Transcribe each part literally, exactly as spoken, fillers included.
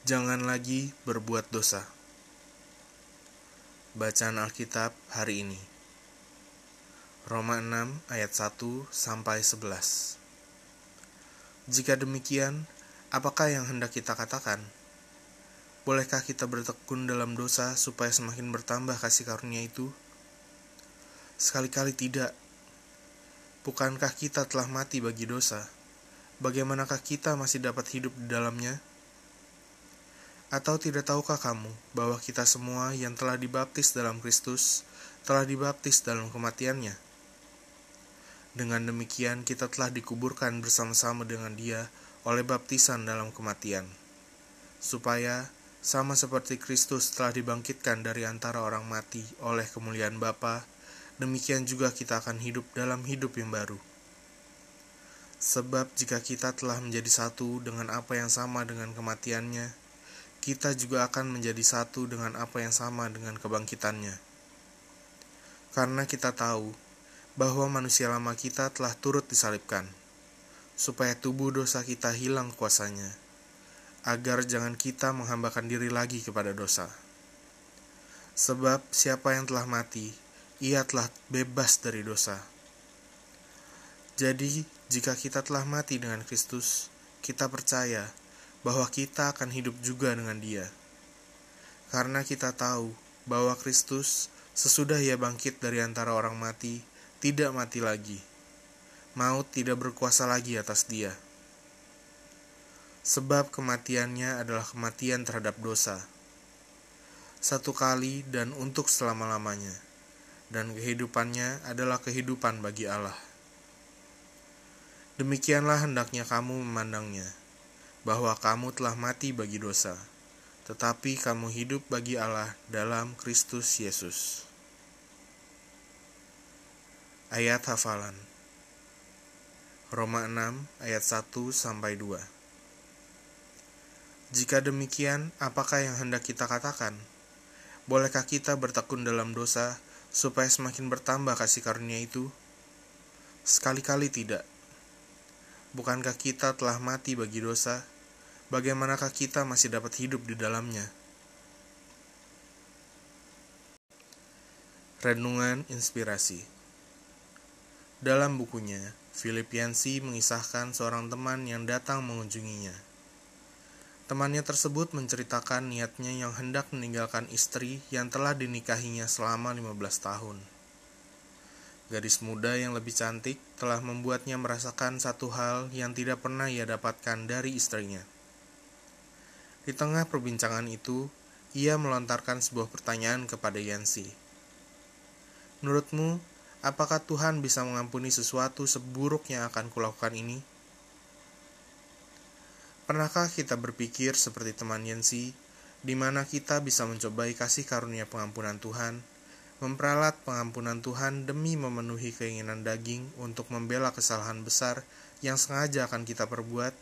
Jangan lagi berbuat dosa. Bacaan Alkitab hari ini. Roma enam ayat satu sampai sebelas. Jika demikian, apakah yang hendak kita katakan? Bolehkah kita bertekun dalam dosa supaya semakin bertambah kasih karunia itu? Sekali-kali tidak. Bukankah kita telah mati bagi dosa? Bagaimanakah kita masih dapat hidup di dalamnya? Atau tidak tahukah kamu bahwa kita semua yang telah dibaptis dalam Kristus telah dibaptis dalam kematiannya? Dengan demikian kita telah dikuburkan bersama-sama dengan Dia oleh baptisan dalam kematian, supaya sama seperti Kristus telah dibangkitkan dari antara orang mati oleh kemuliaan Bapa, demikian juga kita akan hidup dalam hidup yang baru. Sebab jika kita telah menjadi satu dengan apa yang sama dengan kematiannya, kita juga akan menjadi satu dengan apa yang sama dengan kebangkitannya. Karena kita tahu bahwa manusia lama kita telah turut disalibkan, supaya tubuh dosa kita hilang kuasanya, agar jangan kita menghambakan diri lagi kepada dosa. Sebab siapa yang telah mati, ia telah bebas dari dosa. Jadi, jika kita telah mati dengan Kristus, kita percaya bahwa kita akan hidup juga dengan Dia. Karena kita tahu bahwa Kristus, sesudah Ia bangkit dari antara orang mati, tidak mati lagi. Maut tidak berkuasa lagi atas Dia. Sebab kematiannya adalah kematian terhadap dosa, satu kali dan untuk selama-lamanya, dan kehidupannya adalah kehidupan bagi Allah. Demikianlah hendaknya kamu memandangnya, bahwa kamu telah mati bagi dosa, tetapi kamu hidup bagi Allah dalam Kristus Yesus. Ayat hafalan. Roma enam ayat satu sampai dua. Jika demikian, apakah yang hendak kita katakan? Bolehkah kita bertekun dalam dosa supaya semakin bertambah kasih karunia itu? Sekali-kali tidak. Bukankah kita telah mati bagi dosa? Bagaimanakah kita masih dapat hidup di dalamnya? Renungan inspirasi. Dalam bukunya, Philip Yancey mengisahkan seorang teman yang datang mengunjunginya. Temannya tersebut menceritakan niatnya yang hendak meninggalkan istri yang telah dinikahinya selama lima belas tahun. Gadis muda yang lebih cantik telah membuatnya merasakan satu hal yang tidak pernah ia dapatkan dari istrinya. Di tengah perbincangan itu, ia melontarkan sebuah pertanyaan kepada Yancey. Menurutmu, apakah Tuhan bisa mengampuni sesuatu seburuk yang akan kulakukan ini? Pernahkah kita berpikir seperti teman Yancey, di mana kita bisa mencobai kasih karunia pengampunan Tuhan, memperalat pengampunan Tuhan demi memenuhi keinginan daging untuk membela kesalahan besar yang sengaja akan kita perbuat?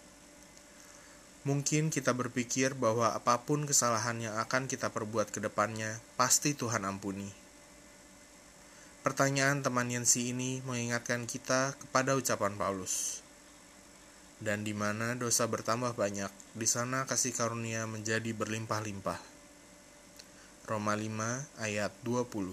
Mungkin kita berpikir bahwa apapun kesalahan yang akan kita perbuat ke depannya, pasti Tuhan ampuni. Pertanyaan teman Yancey ini mengingatkan kita kepada ucapan Paulus. Dan di mana dosa bertambah banyak, di sana kasih karunia menjadi berlimpah-limpah. Roma lima ayat dua puluh.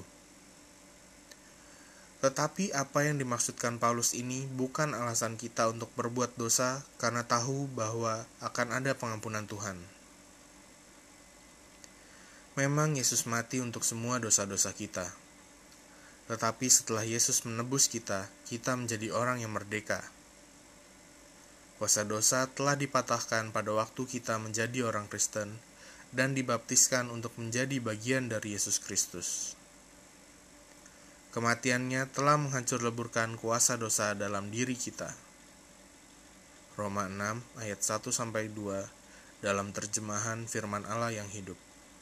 Tetapi apa yang dimaksudkan Paulus ini bukan alasan kita untuk berbuat dosa karena tahu bahwa akan ada pengampunan Tuhan. Memang Yesus mati untuk semua dosa-dosa kita. Tetapi setelah Yesus menebus kita, kita menjadi orang yang merdeka. Kuasa dosa telah dipatahkan pada waktu kita menjadi orang Kristen dan dibaptiskan untuk menjadi bagian dari Yesus Kristus. Kematiannya telah menghancur leburkan kuasa dosa dalam diri kita. Roma enam ayat satu sampai dua dalam terjemahan firman Allah yang hidup.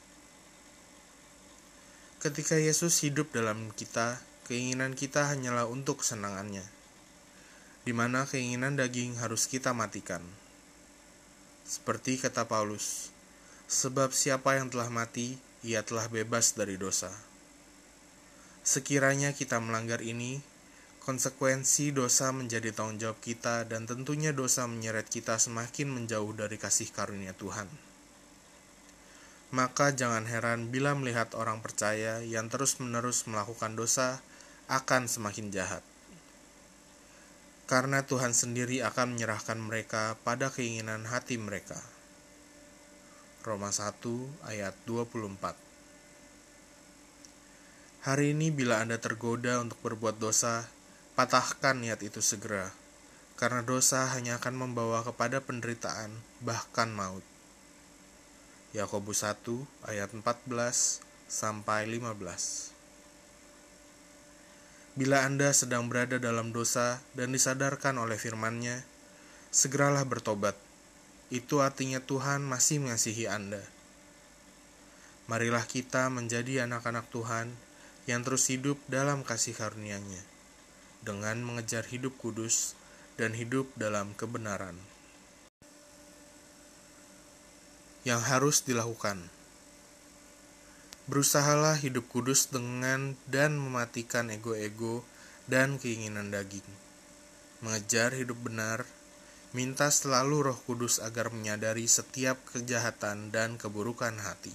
Ketika Yesus hidup dalam kita, keinginan kita hanyalah untuk kesenangannya, di mana keinginan daging harus kita matikan. Seperti kata Paulus, sebab siapa yang telah mati, ia telah bebas dari dosa. Sekiranya kita melanggar ini, konsekuensi dosa menjadi tanggung jawab kita dan tentunya dosa menyeret kita semakin menjauh dari kasih karunia Tuhan. Maka jangan heran bila melihat orang percaya yang terus-menerus melakukan dosa akan semakin jahat. Karena Tuhan sendiri akan menyerahkan mereka pada keinginan hati mereka. Roma satu ayat dua puluh empat. Hari ini bila Anda tergoda untuk berbuat dosa, patahkan niat itu segera, karena dosa hanya akan membawa kepada penderitaan, bahkan maut. Yakobus satu ayat empat belas sampai lima belas. Bila Anda sedang berada dalam dosa dan disadarkan oleh firman-Nya, segeralah bertobat. Itu artinya Tuhan masih mengasihi Anda. Marilah kita menjadi anak-anak Tuhan yang terus hidup dalam kasih karunia-Nya, dengan mengejar hidup kudus dan hidup dalam kebenaran. Yang harus dilakukan: berusahalah hidup kudus dengan dan mematikan ego-ego dan keinginan daging. Mengejar hidup benar, minta selalu Roh Kudus agar menyadari setiap kejahatan dan keburukan hati.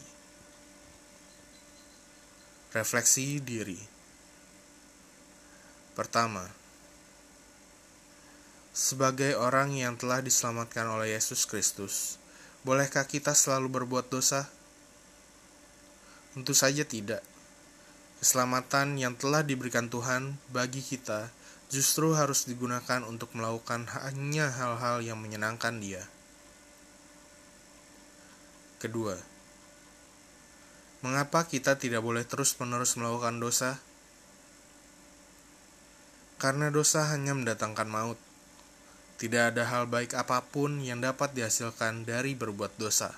Refleksi diri. Pertama, sebagai orang yang telah diselamatkan oleh Yesus Kristus, bolehkah kita selalu berbuat dosa? Tentu saja tidak. Keselamatan yang telah diberikan Tuhan bagi kita justru harus digunakan untuk melakukan hanya hal-hal yang menyenangkan Dia. Kedua, mengapa kita tidak boleh terus-menerus melakukan dosa? Karena dosa hanya mendatangkan maut. Tidak ada hal baik apapun yang dapat dihasilkan dari berbuat dosa.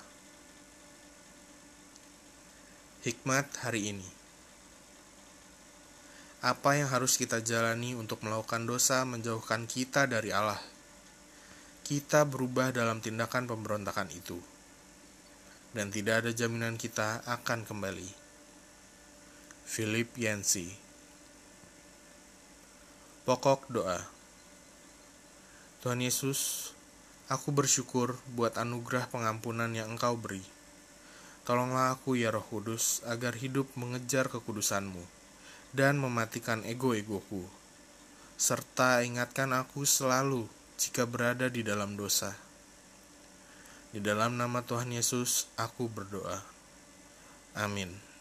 Hikmat hari ini. Apa yang harus kita jalani untuk melakukan dosa menjauhkan kita dari Allah? Kita berubah dalam tindakan pemberontakan itu, dan tidak ada jaminan kita akan kembali. Philip Yancey. Pokok doa. Tuhan Yesus, aku bersyukur buat anugerah pengampunan yang Engkau beri. Tolonglah aku ya Roh Kudus agar hidup mengejar kekudusan-Mu dan mematikan ego-egoku, serta ingatkan aku selalu jika berada di dalam dosa. Di dalam nama Tuhan Yesus, aku berdoa. Amin.